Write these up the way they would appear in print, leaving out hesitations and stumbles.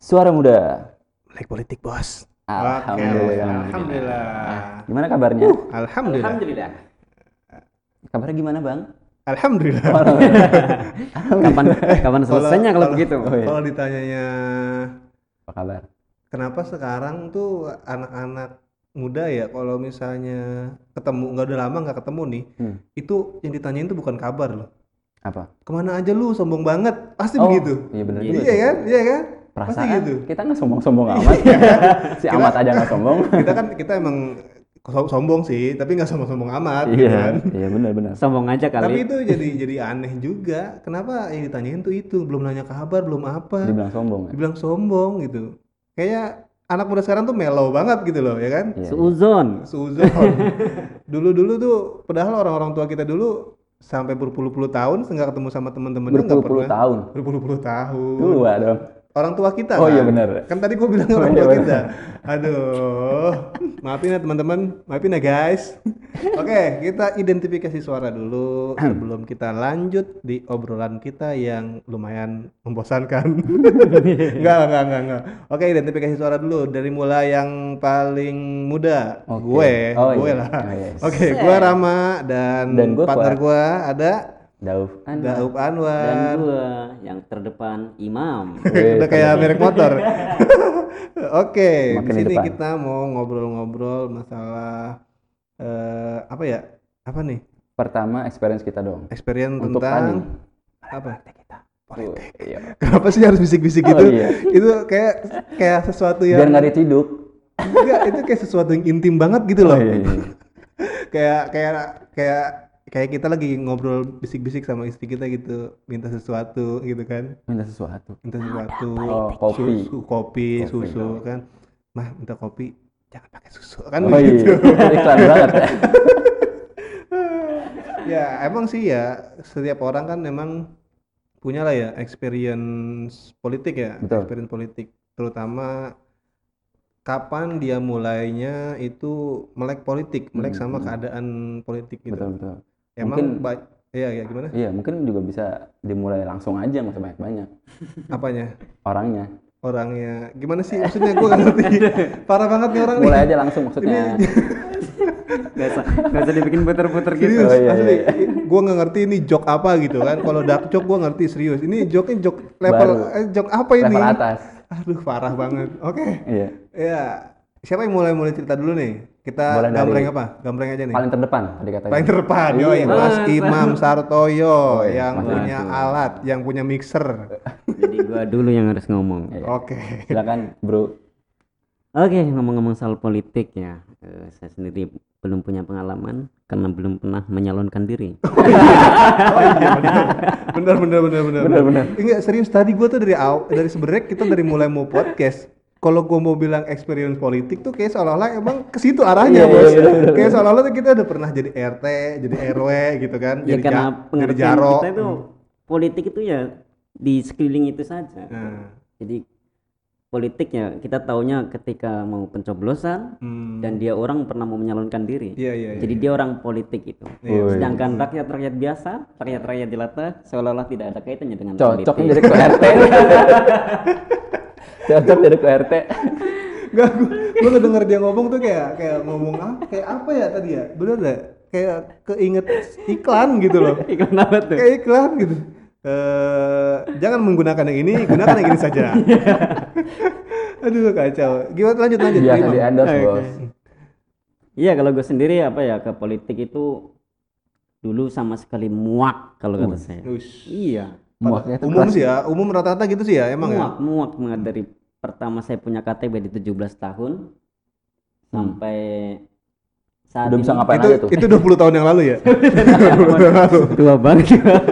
Suara Muda. Melek politik, bos. Oke, Alhamdulillah. alhamdulillah. Gimana kabarnya? Alhamdulillah. Alhamdulillah. Kabarnya gimana, Bang? Alhamdulillah. Kapan kapan selesainya kalau begitu? Oh, iya. Kalau ditanyanya Apa kabar? kenapa sekarang tuh anak-anak muda ya kalau misalnya ketemu nggak udah lama nggak ketemu nih, itu yang ditanyain tuh bukan kabar loh. Apa? Kemana aja lu, sombong banget, pasti Oh, begitu. iya benar Iya juga Iya sih. kan, iya kan, pasti Perasaan gitu. kita nggak sombong-sombong amat. Si Amat aja nggak sombong. Kita emang sombong sih, tapi nggak sombong-sombong amat, gitu kan. Iya benar-benar. Sombong aja Tapi kali. itu jadi aneh juga. Kenapa yang ditanyain tuh itu, belum nanya kabar, belum apa. Dibilang sombong ya? Dibilang sombong gitu. Kayak anak muda sekarang tuh mellow banget gitu loh, ya kan? Iya. Suuzon. Suzon. Dulu-dulu tuh padahal orang-orang tua kita dulu sampai berpuluh-puluh tahun nggak ketemu sama teman-temannya, nggak Berpuluh-puluh pernah. tahun. Berpuluh-puluh tahun. Tua dong. Orang tua kita Oh kan? iya benar. Kan tadi gua bilang Oh orang iya tua benar. kita. Aduh. Maafin ya teman-teman, maafin ya guys. Oke, kita identifikasi suara dulu sebelum kita lanjut di obrolan kita yang lumayan membosankan. Enggak. Oke, identifikasi suara dulu dari mulai yang paling muda. Oke. Oh, Gue iya. lah. Oh, yes. Oke, gue Rama dan Dan gua partner Fuad. gue ada Dauf. Daup Dan Anwar. gua yang terdepan Imam. Wih, Udah kayak merek motor. Oke, di Makin di sini depan. kita mau ngobrol-ngobrol masalah apa ya? Apa nih? Pertama experience kita dong. Experience Untuk tentang tani. apa? Politik. Iya. Kenapa sih harus bisik-bisik Oh, gitu? iya. Itu kayak sesuatu Biar yang nggak diciduk. enggak, itu kayak sesuatu yang intim banget gitu loh. Oh, iya. Kayak kita lagi ngobrol bisik-bisik sama istri kita gitu, minta sesuatu gitu kan. Minta sesuatu. Minta sesuatu. Oh, kopi. Kopi, susu kan. Mah, minta kopi, jangan pakai susu kan Oh gitu. iya. Iklan banget ya. Ya, emang sih ya, setiap orang kan memang punya lah ya experience politik ya. Betul. Experience politik, terutama kapan dia mulainya itu melek politik, melek sama keadaan politik gitu. Betul. Emang Mungkin- iya gimana? Iya, mungkin juga bisa dimulai langsung aja, nggak usah banyak-banyak. Apanya? Orangnya. Orangnya gimana sih? Maksudnya gue nggak ngerti. Parah banget nih orang nih. Mulai aja langsung maksudnya. Gak usah dibikin puter-puter gitu. Serius, Oh, iya, asli. iya. Gue nggak ngerti ini joke apa gitu kan. Kalau dark joke gue ngerti, serius. Ini joke-nya joke level Baru. joke apa ini? Level atas. Aduh, parah banget. Oke. Iya. Ya, siapa yang mulai cerita dulu nih? Kita Boleh dari- gambreng apa? Gambreng aja nih. Paling terdepan tadi katanya. Paling terdepan, Iya. yoi, Mas Imam Sartoyo Oh, iya, yang Mas punya Imam. alat, yang punya mixer. Jadi gua dulu yang harus ngomong. Iya. Oke. Silakan, Bro. Oke, ngomong-ngomong soal politik ya, saya sendiri belum punya pengalaman karena belum pernah menyalonkan diri. Oh iya, benar. Benar. Enggak, serius, tadi gua tuh dari sebenarnya kita dari mulai mau podcast, kalau gua mau bilang experience politik tuh kayak seolah-olah emang ke situ arahnya, Iya, Bos. iya, benar. Kayak seolah-olah tuh kita udah pernah jadi RT, jadi RW gitu kan, Ya jadi karena jadi pengertian jaro. kita itu politik itu ya di sekeliling itu saja. Nah, Jadi politik ya kita taunya ketika mau pencoblosan dan dia orang pernah mau menyalonkan diri. Iya. Jadi dia orang politik itu. Iya. Sedangkan rakyat-rakyat biasa, rakyat-rakyat jelata seolah-olah tidak ada kaitannya dengan Cocok politik. jadi ke RT. Cocok jadi ke RT. Enggak, gua ngedenger dia ngomong tuh kayak ngomong apa ya tadi ya? Bener deh, kayak keinget iklan gitu loh. Iklan apa tuh? Kayak iklan gitu. Jangan menggunakan yang ini, gunakan yang ini saja. Aduh, kacau. Gimana, lanjut Biasa Imam. di endorse, Oke. Bos. Iya, kalau gue sendiri apa ya ke politik itu dulu sama sekali muak kalau kata saya. Ush. Iya, Muaknya tuh Umum keras. sih ya, umum rata-rata gitu sih ya, emang ya. muak dari pertama saya punya KTP di 17 tahun sampai saat Udah bisa ini. ngapain Itu aja tuh? itu 20 tahun yang lalu ya. 20 tahun yang lalu. Tua banget.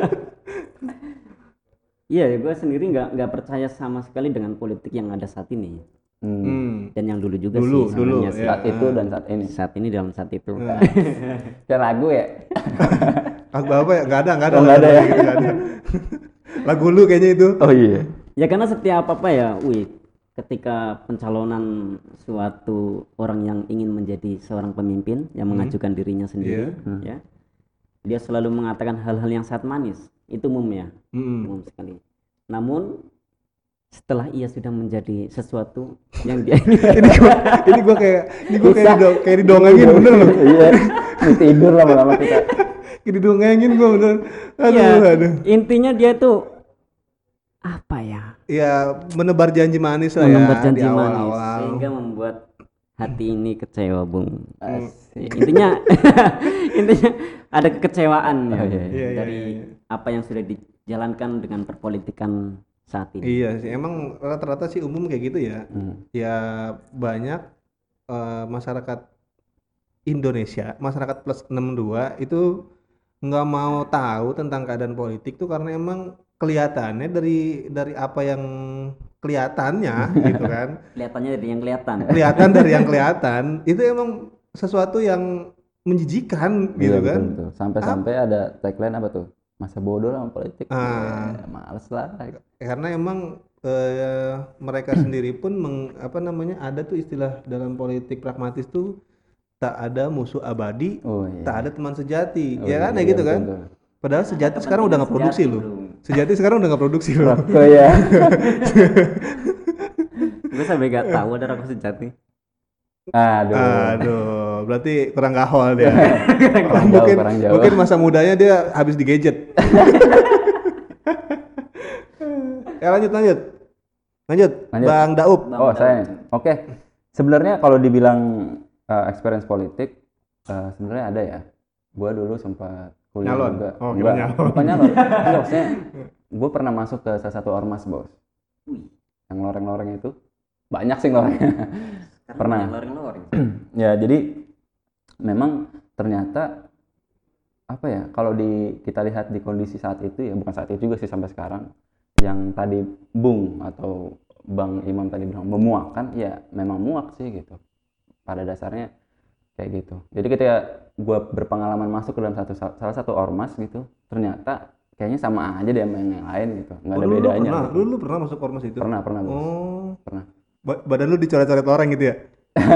Iya, gue sendiri nggak percaya sama sekali dengan politik yang ada saat ini dan yang dulu juga Dulu, sih dulu, sebenarnya sih. ya. Saat itu dan saat ini. Saat ini dalam saat itu. Kayak lagu ya. Lagu apa ya? Enggak ada Oh, nggak ada ya? gitu, nggak ada. Lagu lu kayaknya itu. Oh iya. Ya karena setiap apa ya, ketika pencalonan suatu orang yang ingin menjadi seorang pemimpin yang mengajukan dirinya sendiri, ya, dia selalu mengatakan hal-hal yang sangat manis. Itu umum ya, umum sekali. Namun setelah ia sudah menjadi sesuatu yang dia ini gua kayak didongengin bener loh. Iya, tidur lama-lama kita. Kayak didongengin gua bener. Iya, Aduh. intinya dia tuh apa ya, Ya menebar janji manis lah menebar ya janji di manis awal-awal. sehingga membuat hati ini kecewa, Bung. Asik. Intinya intinya ada kekecewaan ya Oh, iya, iya. dari apa yang sudah dijalankan dengan perpolitikan saat ini. Iya sih, emang rata-rata sih umum kayak gitu ya. Ya banyak masyarakat Indonesia, masyarakat plus 62 itu nggak mau tahu tentang keadaan politik tuh karena emang kelihatannya dari apa yang kelihatannya gitu kan. Kelihatannya dari yang kelihatan. Kelihatan dari yang kelihatan itu emang sesuatu yang menjijikan gitu Iya, kan. betul. Sampai-sampai ada tagline apa tuh? Masa bodoh lah sama politik. Ah. Ya, males lah. Karena emang mereka sendiri pun ada tuh istilah dalam politik pragmatis tuh tak ada musuh abadi, Oh iya. tak ada teman sejati. Oh, Ya kan, iya, ya gitu betul, kan. betul. Padahal sejati sekarang udah nggak produksi sejati, loh. bro. Sejati sekarang udah nggak produksi loh. Rokok ya. Gue sampai gak tahu ada rokok sejati. Aduh, berarti kurang gahol dia. Kurang jauh. Mungkin masa mudanya dia habis di gadget. Ya lanjut. Lanjut. Bang Daup. Oh, saya. Oke. Sebenarnya kalau dibilang experience politik, sebenarnya ada ya. Gua dulu sempat kuliah Nyalon? juga. Oh, Enggak, kira nyalon. bukan nyalon. Enggak, maksudnya gue pernah masuk ke salah satu ormas, Bos. Yang loreng-loreng itu. Banyak sih lorengnya. Pernah. Ya, jadi memang ternyata apa ya, kalau kita lihat di kondisi saat itu ya, bukan saat itu juga sih, sampai sekarang, yang tadi Bung atau Bang Imam tadi bilang memuakkan, ya memang muak sih gitu pada dasarnya kayak gitu. Jadi ketika gue berpengalaman masuk ke dalam salah satu ormas gitu, ternyata kayaknya sama aja deh sama yang lain gitu, nggak ada bedanya gitu. Dulu pernah masuk ormas itu? Pernah Bos. Oh, Pernah. Badan lu dicoret-coret orang gitu ya?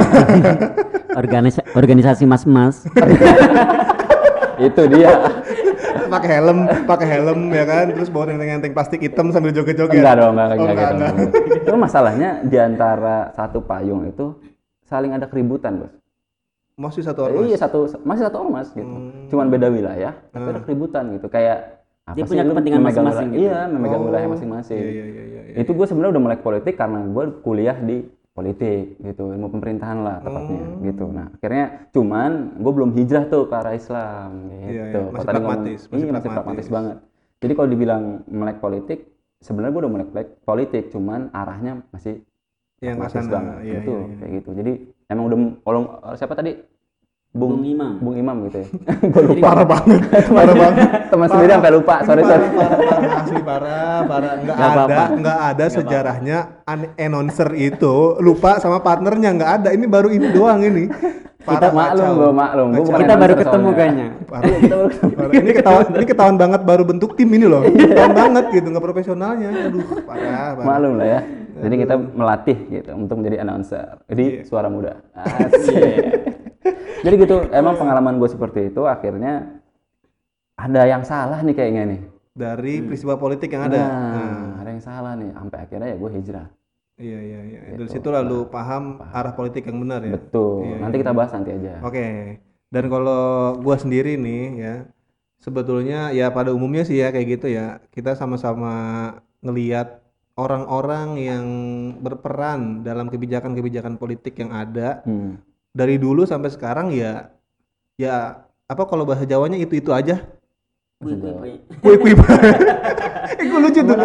Organisasi mas-mas. Itu dia. pakai helm ya kan, terus bawa nenteng plastik hitam sambil joget-joget. Enggak dong. Itu masalahnya di antara satu payung itu saling ada keributan, Bos. Masih satu ormas? Iya, masih satu ormas gitu. Cuman beda wilayah, tapi ada keributan gitu. Kayak apa Dia sih, punya lu kepentingan memegang masing-masing wilayah- gitu. Iya, memegang wilayah masing-masing. Iya. Itu gue sebenarnya udah melek politik karena gue kuliah di politik gitu, ilmu pemerintahan lah tepatnya gitu. Nah, akhirnya cuman gue belum hijrah tuh ke arah Islam gitu. Iya, Kalau masih tadi pragmatis, ngomong, masih pragmatis banget. Jadi kalau dibilang melek politik, sebenarnya gue udah melek politik, cuman arahnya masih Yang pragmatis kesana, banget. iya, Betul, iya. kayak gitu. Jadi emang udah siapa tadi? Bung Imam. Bung Imam gitu ya. Gue lupa. Parah banget. Teman sendiri sampai lupa. Sorry. Parah, asli parah. Nggak ada sejarahnya announcer itu lupa sama partnernya, nggak ada. Ini baru ini doang ini. Kita maklum. Gua bukan Kita baru announcer ketemu soalnya. kayaknya. Iya, kita baru ketemu. Parah. Ini ketahuan banget baru bentuk tim ini loh. Ketahuan banget gitu, nggak profesionalnya. Aduh, parah. Maklum lah ya. Jadi kita melatih gitu untuk menjadi announcer. Jadi suara muda. Asik. Jadi gitu, emang pengalaman gue seperti itu, akhirnya ada yang salah nih kayaknya nih. Dari peristiwa politik yang ada. Nah, ada yang salah nih, sampai akhirnya ya gue hijrah. Iya. Dari Gitu. situ lalu paham arah politik yang benar ya. Betul. Iya, Nanti kita bahas nanti aja. Oke. Dan kalau gua sendiri nih ya, sebetulnya ya pada umumnya sih ya kayak gitu ya. Kita sama-sama ngelihat orang-orang yang berperan dalam kebijakan-kebijakan politik yang ada dari dulu sampai sekarang ya apa kalau bahasa Jawanya itu aja. Kui bae. Gue lucu tuh.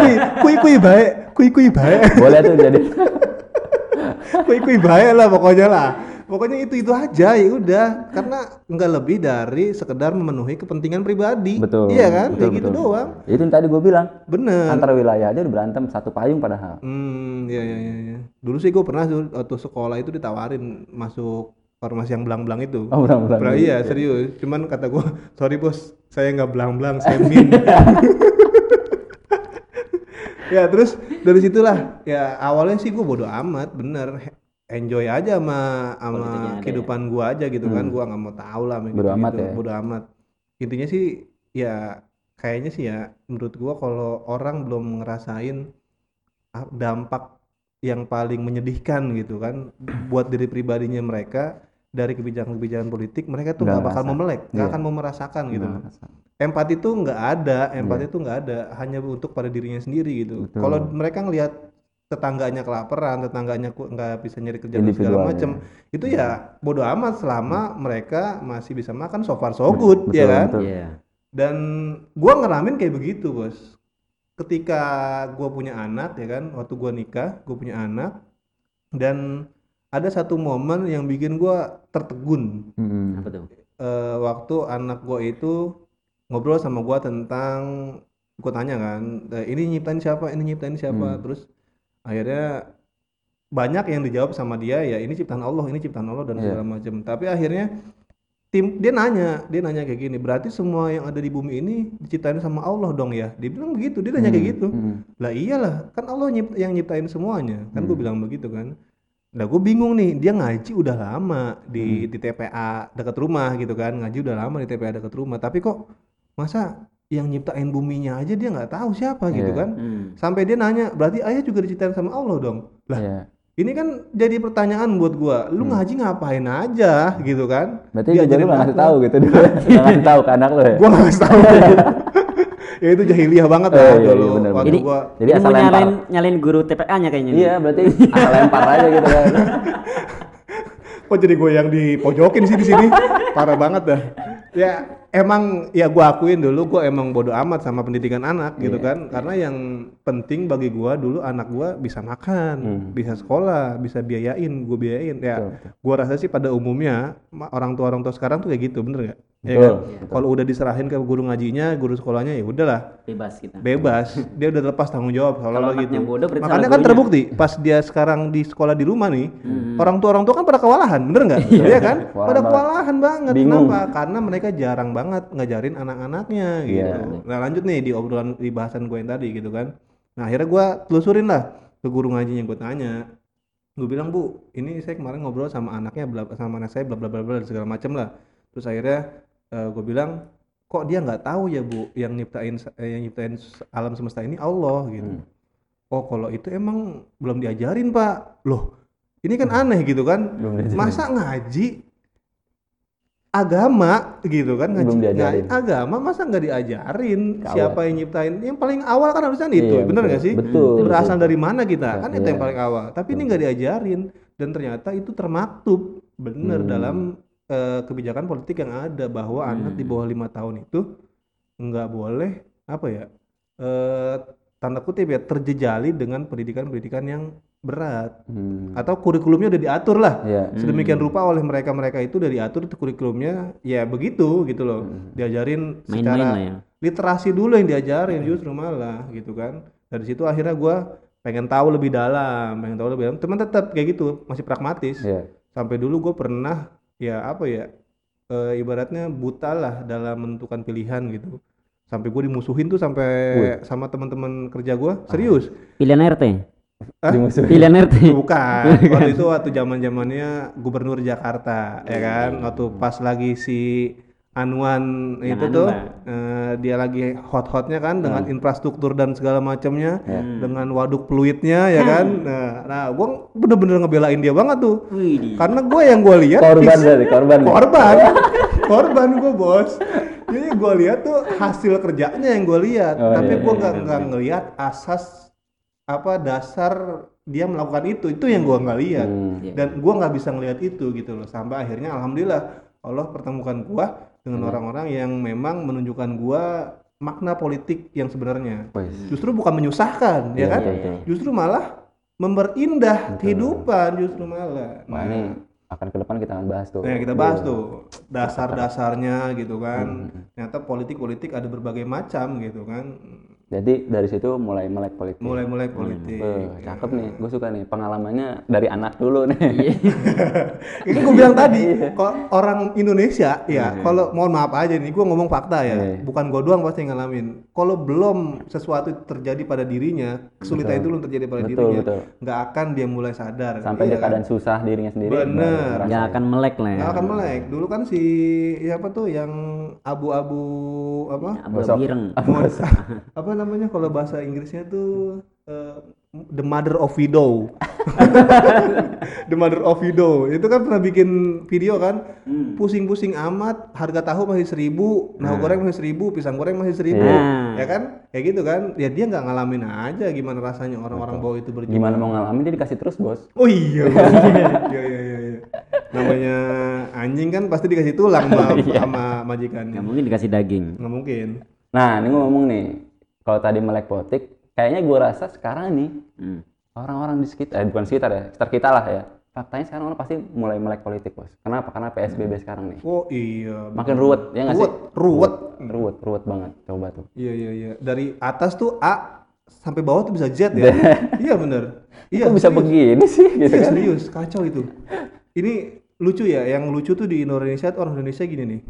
Kui bae. Boleh tuh jadi. Kui bae lah pokoknya lah. Pokoknya itu aja ya udah, karena nggak lebih dari sekedar memenuhi kepentingan pribadi. Betul. Iya kan? Betul, Kayak gitu doang. Itu yang tadi gue bilang. Bener. Antara wilayah aja udah berantem satu payung padahal. Iya. Dulu sih gue pernah waktu sekolah itu ditawarin masuk ormas yang belang-belang itu. Oh, belang-belang. Iya, serius. Cuman kata gue, sorry bos, saya nggak belang-belang, saya min. Ya terus dari situlah ya awalnya sih gue bodo amat, bener. Enjoy aja sama kehidupan gue aja gitu kan. Gue nggak mau tahu lah bodo amat ya. Bodo amat. Intinya sih ya kayaknya sih ya menurut gue kalau orang belum ngerasain dampak yang paling menyedihkan gitu kan buat diri pribadinya mereka dari kebijakan-kebijakan politik, mereka tuh nggak bakal mau melek, nggak akan mau merasakan gitu. Empati itu nggak ada, hanya untuk pada dirinya sendiri gitu. Kalau mereka ngelihat tetangganya kelaparan, tetangganya nggak bisa nyari kerja dan segala macam, itu ya bodo amat selama mereka masih bisa makan, so far so good, ya kan? Dan gua ngeramin kayak begitu, bos. Ketika gue punya anak ya kan, waktu gue nikah gue punya anak, dan ada satu momen yang bikin gue tertegun. Apa tuh? Waktu anak gue itu ngobrol sama gue tentang, gue tanya kan, ini nyiptain siapa, terus akhirnya banyak yang dijawab sama dia, ya ini ciptaan Allah dan segala macam. Tapi akhirnya dia nanya kayak gini, berarti semua yang ada di bumi ini diciptain sama Allah dong ya? Dia bilang begitu, dia nanya kayak gitu. Lah iyalah, kan Allah yang nyiptain semuanya, kan gue bilang begitu kan. Lah gue bingung nih, dia ngaji udah lama di TPA dekat rumah gitu kan, ngaji udah lama di TPA dekat rumah, tapi kok masa yang nyiptain buminya aja dia nggak tahu siapa gitu kan? Sampai dia nanya, berarti ayah juga diciptain sama Allah dong? Lah ini kan jadi pertanyaan buat gua, lu ngaji ngapain aja gitu kan? Berarti dia lu nggak ngasih tahu gitu dulu, nggak ngasih tahu ke anak lu ya? Gua nggak ngasih tahu. Ya itu jahiliyah banget lah dulu. Waktu jadi, gua, jadi asal nyalain guru TPA-nya kayaknya. Iya, berarti asal lempar aja gitu kan. Kok jadi gue yang dipojokin sih di sini? Parah banget dah. Ya emang ya gue akuin dulu gue emang bodo amat sama pendidikan anak gitu kan, karena yang penting bagi gue dulu anak gue bisa makan, bisa sekolah, bisa gue biayain ya. Gue rasa sih pada umumnya orang tua sekarang tuh kayak gitu, bener nggak? Ya kan? Kalau udah diserahin ke guru ngajinya, guru sekolahnya, ya udahlah, bebas dia udah lepas tanggung jawab kalau gitu. Makanya kan terbukti pas dia sekarang di sekolah di rumah nih, orang tua kan pada kewalahan, bener nggak? Iya kan? Pada kewalahan banget. Bingung. Kenapa? Karena mereka jarang banget ngajarin anak-anaknya gitu. Nah lanjut nih di obrolan, di bahasan gue yang tadi gitu kan. Nah akhirnya gue telusurin lah ke guru ngajinya, gue tanya, gue bilang, Bu, ini saya kemarin ngobrol sama anaknya, sama anak saya bla bla bla bla segala macam lah. Terus akhirnya gue bilang, kok dia nggak tahu ya Bu, yang nyiptain alam semesta ini Allah gitu. Oh kalau itu emang belum diajarin Pak. Loh ini kan aneh gitu kan, masa ngaji agama gitu kan, agama masa nggak diajarin siapa yang nyiptain? Yang paling awal kan harusnya itu, bener nggak sih? Betul. Berasal dari mana kita? Kan itu yang paling awal. Tapi ini nggak diajarin, dan ternyata itu termaktub bener dalam kebijakan politik yang ada, bahwa anak di bawah 5 tahun itu nggak boleh tanda kutip ya, terjejali dengan pendidikan yang berat, atau kurikulumnya udah diatur lah sedemikian rupa oleh mereka itu, udah diatur itu kurikulumnya ya begitu gitu loh. Diajarin secara literasi dulu yang diajarin justru malah gitu kan. Dari situ akhirnya gue pengen tahu lebih dalam, teman tetap kayak gitu masih pragmatis. Sampai dulu gue pernah ibaratnya buta lah dalam menentukan pilihan gitu. Sampai gue dimusuhin tuh sampai sama teman-teman kerja gue, serius. Pilihan RT. Pilihan RT? Bukan. Waktu zamannya gubernur Jakarta, ya kan. Waktu pas lagi si Anwan itu tuh, dia lagi hot-hotnya kan dengan infrastruktur dan segala macamnya, dengan waduk fluidnya, ya kan. Nah, gue bener-bener ngebelain dia banget tuh. Karena gue yang gue lihat korban gue, bos. Jadi gue lihat tuh hasil kerjanya yang gue lihat, tapi gue nggak ngelihat asas dasar dia melakukan itu yang gua nggak lihat, dan gua nggak bisa ngelihat itu gitu loh. Sampai akhirnya alhamdulillah Allah pertemukan gua dengan orang-orang yang memang menunjukkan gua makna politik yang sebenarnya. Justru bukan menyusahkan, ya kan? Justru malah memperindah kehidupan, justru malah. Ini akan ke depan kita akan bahas tuh. Kita bahas tuh dasar-dasarnya gitu kan. Ternyata politik ada berbagai macam gitu kan. Jadi dari situ mulai melek politik. Mulai politik. Cakep nih, gue suka nih pengalamannya dari anak dulu nih. Ini gue bilang tadi, kok orang Indonesia kalau mohon maaf aja nih, gue ngomong fakta ya, bukan gue doang pasti ngalamin. Kalau belum sesuatu terjadi pada dirinya, kesulitan itu belum terjadi pada dirinya, nggak akan dia mulai sadar. Sampai dia keadaan susah dirinya sendiri. Bener. Nggak akan melek lah ya. Nggak akan melek. Dulu kan si siapa tuh yang abu-abu ireng. Apa namanya kalau bahasa Inggrisnya tuh The Mother of Widow. The Mother of Widow. Itu kan pernah bikin video kan, pusing-pusing amat, harga tahu masih 1.000, tahu goreng masih 1.000, pisang goreng masih 1.000, ya kan? Kayak gitu kan? Ya dia nggak ngalamin aja gimana rasanya orang-orang bawah itu berjuang. Gimana mau ngalamin, dia dikasih terus, Bos. Oh iya. Iya. Namanya anjing kan pasti dikasih tulang sama majikannya. Nggak mungkin dikasih daging. Nggak mungkin. Nah, ini ngomong nih, kalau tadi melek politik, kayaknya gue rasa sekarang nih orang-orang di sekitar, bukan sekitar ya, sekitar kita lah ya. Faktanya sekarang orang pasti mulai melek politik, Bos. Kenapa? Karena PSBB sekarang nih. Oh iya. Makin ruwet, ya nggak sih? Ruwet banget. Coba tuh. Iya. Dari atas tuh A sampai bawah tuh bisa Z ya. Iya bener. Iya. Kok bisa begini sih? Gitu Iya kan? serius, kacau itu. Ini lucu ya. Yang lucu tuh di Indonesia tuh orang Indonesia gini nih.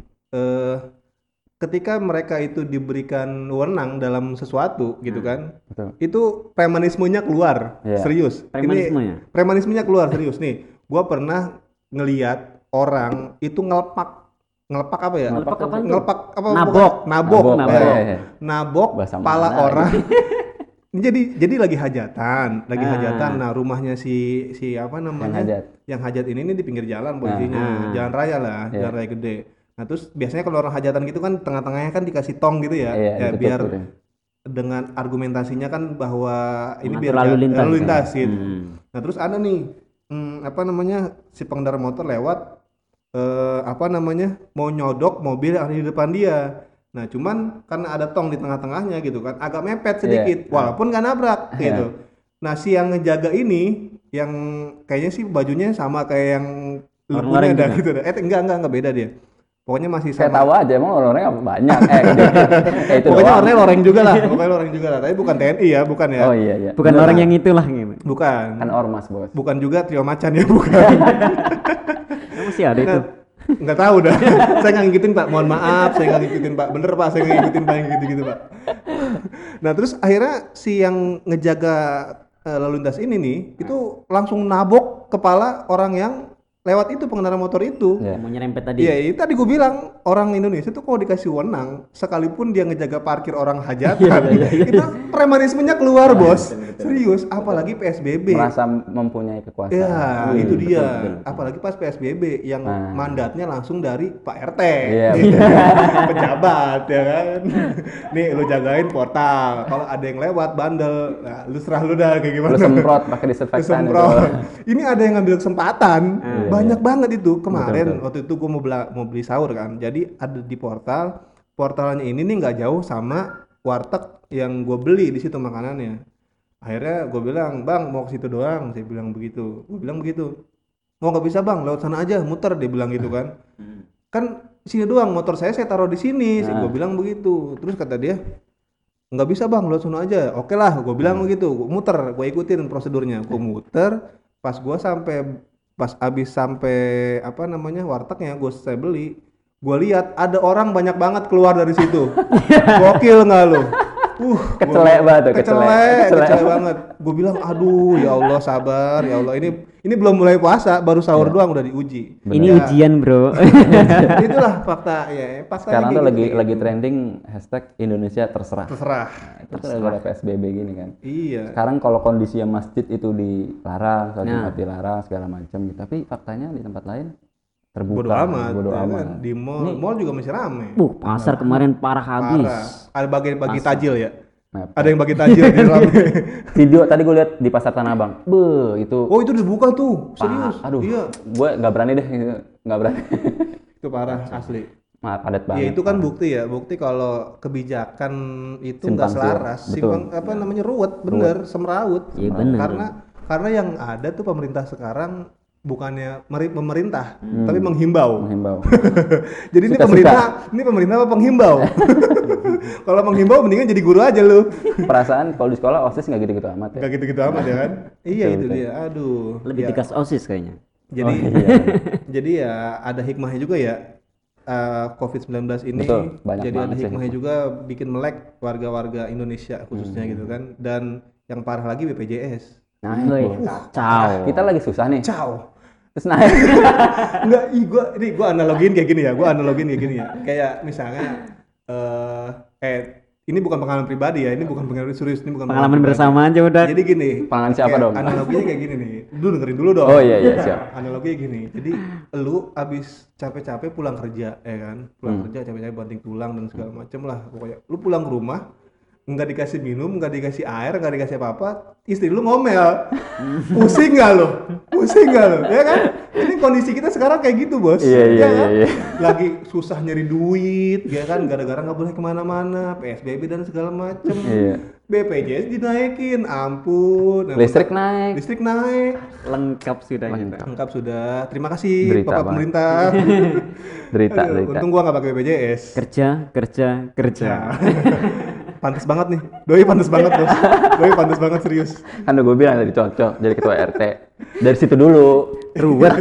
Ketika mereka itu diberikan wewenang dalam sesuatu gitu kan, Betul. itu premanismenya keluar, serius. Premanismenya? Premanismenya keluar serius nih. Gua pernah ngeliat orang itu ngelepak apa ya? Ngelepak apa? Ngelepak apa? Nabok. Nabok Bahasa kepala mana orang. Ini jadi lagi hajatan. Nah, rumahnya si apa namanya? Yang hajat ini di pinggir jalan posisinya. Jalan raya lah, jalan raya gede. Nah terus biasanya kalau orang hajatan gitu kan tengah-tengahnya kan dikasih tong gitu ya, ya biar dengan argumentasinya kan bahwa ini biar lalu lintas gitu. Nah terus ada nih apa namanya si pengendara motor lewat apa namanya mau nyodok mobil yang ada di depan dia. Nah cuman karena ada tong di tengah-tengahnya gitu kan agak mepet sedikit walaupun nggak nabrak gitu. Nah si yang ngejaga ini yang kayaknya sih bajunya sama kayak yang lupunya ada gitu. Enggak beda dia. Pokoknya masih sama. Saya tahu aja emang orang-orangnya banyak. Itu pokoknya orangnya loreng juga lah. Tapi bukan TNI ya, bukan ya. Oh iya. Bukan orang yang itulah gitu. Bukan. Kan ormas, Bos. Bukan juga trio macan ya, bukan. Masih ada itu. Nggak tahu dah. Saya nggak ngikutin Pak. Mohon maaf, saya nggak ngikutin Pak. Bener Pak, saya nggak ngikutin Pak yang gitu-gitu Pak. Nah terus akhirnya si yang ngejaga lalu lintas ini nih, itu langsung nabok kepala orang yang lewat itu pengendara motor itu. Mau nyerempet tadi. Iya, itu tadi gue bilang orang Indonesia tuh kalau dikasih wewenang, sekalipun dia ngejaga parkir orang hajatan, itu premanismenya keluar, Bos. Serius, apalagi PSBB. Merasa mempunyai kekuasaan. Ya, itu dia. Apalagi pas PSBB yang mandatnya langsung dari Pak RT. Pejabat ya kan. Nih lu jagain portal. Kalau ada yang lewat bandel, nah, lu serah lu dah kayak gimana. Lu semprot pakai disinfektan itu. Ini ada yang ngambil kesempatan. Banyak banget itu kemarin. Waktu itu gue mau beli sahur kan, jadi ada di portalnya ini nih nggak jauh sama warteg yang gue beli di situ makanannya. Akhirnya gue bilang, bang mau ke situ doang, saya bilang begitu. Oh nggak bisa bang, lewat sana aja, muter, dia bilang gitu kan. Kan sini doang, motor saya taruh di sini, gue bilang begitu. Terus kata dia, nggak bisa bang, lewat sana aja. Oke lah, gue bilang begitu, gue muter, gue ikutin prosedurnya, gue muter. Pas abis sampai apa namanya wartegnya saya beli, gue lihat ada orang banyak banget keluar dari situ. Gokil nggak lo? Kecelek banget. Kecelek banget. Gue bilang, aduh ya Allah sabar ya Allah, ini belum mulai puasa, baru sahur doang udah diuji. Bener. Ini ujian bro. Itulah fakta ya. Sekarang tuh lagi trending hashtag Indonesia terserah. Itu gara-gara PSBB gini kan. Iya. Sekarang kalau kondisinya masjid itu dilarang, sholat Jumat dilarang segala macam gitu. Tapi faktanya di tempat lain terbuka. Bodo amat. Di mall juga masih rame. Pasar kemarin parah habis. Ada bagi tajil ya. Ada yang bagi tajil di dalamnya. Video tadi gue lihat di Pasar Tanah Abang. Itu. Oh itu dibuka tuh. Serius. Aduh. Iya. Gue nggak berani deh. Nggak berani. Itu parah asli. Padat banget. Ya itu kan bukti kalau kebijakan itu nggak selaras. Apa namanya ruwet, bener, semrawut. Iya benar. Karena yang ada tuh pemerintah sekarang bukannya memerintah, tapi menghimbau. Jadi ini pemerintah apa penghimbau? Kalau menghimbau mendingan jadi guru aja lu. Perasaan kalau di sekolah OSIS nggak gitu-gitu amat ya. Nggak gitu-gitu amat ya kan? Iya itu dia. Aduh. Lebih tegas OSIS kayaknya. Jadi ya ada hikmahnya juga ya. COVID-19 ini jadi ada hikmahnya juga bikin melek warga-warga Indonesia khususnya gitu kan. Dan yang parah lagi BPJS. Nah, kita lagi susah nih. Terus naik. Enggak, gue analogin kayak gini ya. Kayak misalnya ini bukan pengalaman pribadi ya, ini bukan pengalaman serius, ini bukan pengalaman bersama aja udah. Jadi gini, pengalaman siapa dong? Analoginya kayak gini nih. Dengerin dulu dong. Oh iya siap. Analoginya gini. Jadi lu abis capek-capek pulang kerja ya kan? Pulang kerja capek-capek banting tulang dan segala macem lah pokoknya. Lu pulang ke rumah nggak dikasih minum, nggak dikasih air, nggak dikasih apa-apa, istri lu ngomel. Pusing nggak lo? Ya kan? Ini kondisi kita sekarang kayak gitu, Bos. Iya. Lagi susah nyari duit, ya kan? Gara-gara nggak boleh kemana-mana, PSBB dan segala macem. Iya. BPJS dinaikin, ampun. Listrik naik. Lengkap sudah. Lengkap sudah. Terima kasih Derita Bapak banget. pemerintah. Derita. Untung gua nggak pakai BPJS. Kerja. Pantes banget nih. Doi pantes banget, Bos. Doi pantes banget serius. Kan udah gue bilang tadi cocok jadi ketua RT. Dari situ dulu. Ruwet.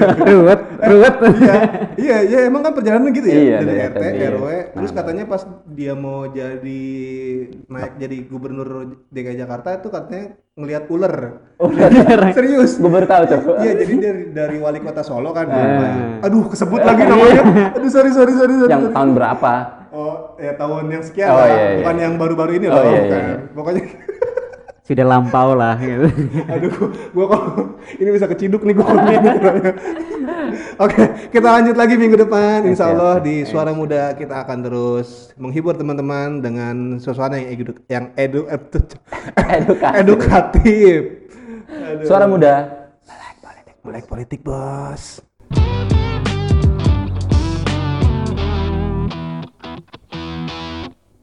Iya, emang kan perjalanan gitu ya. Iya, dari dari RT, RT. RW. Terus katanya pas dia mau naik jadi gubernur DKI Jakarta itu katanya ngelihat ular. Serius. Gue baru tahu cok. Iya, jadi dari wali kota Solo kan. Aduh, kesebut lagi namanya. Aduh, sorry. Yang tahun berapa? Oh, ya tahun yang sekian Oh, lah. iya. Bukan yang baru-baru ini Oh, loh. iya, Bukan. iya. Pokoknya Sudah lampau lah gitu. aduh, gua kok ini bisa keciduk nih gua. Oke, kita lanjut lagi minggu depan. Insya Allah di Suara Muda kita akan terus menghibur teman-teman dengan suasana yang edukatif. Suara Muda. Melek politik, Bos.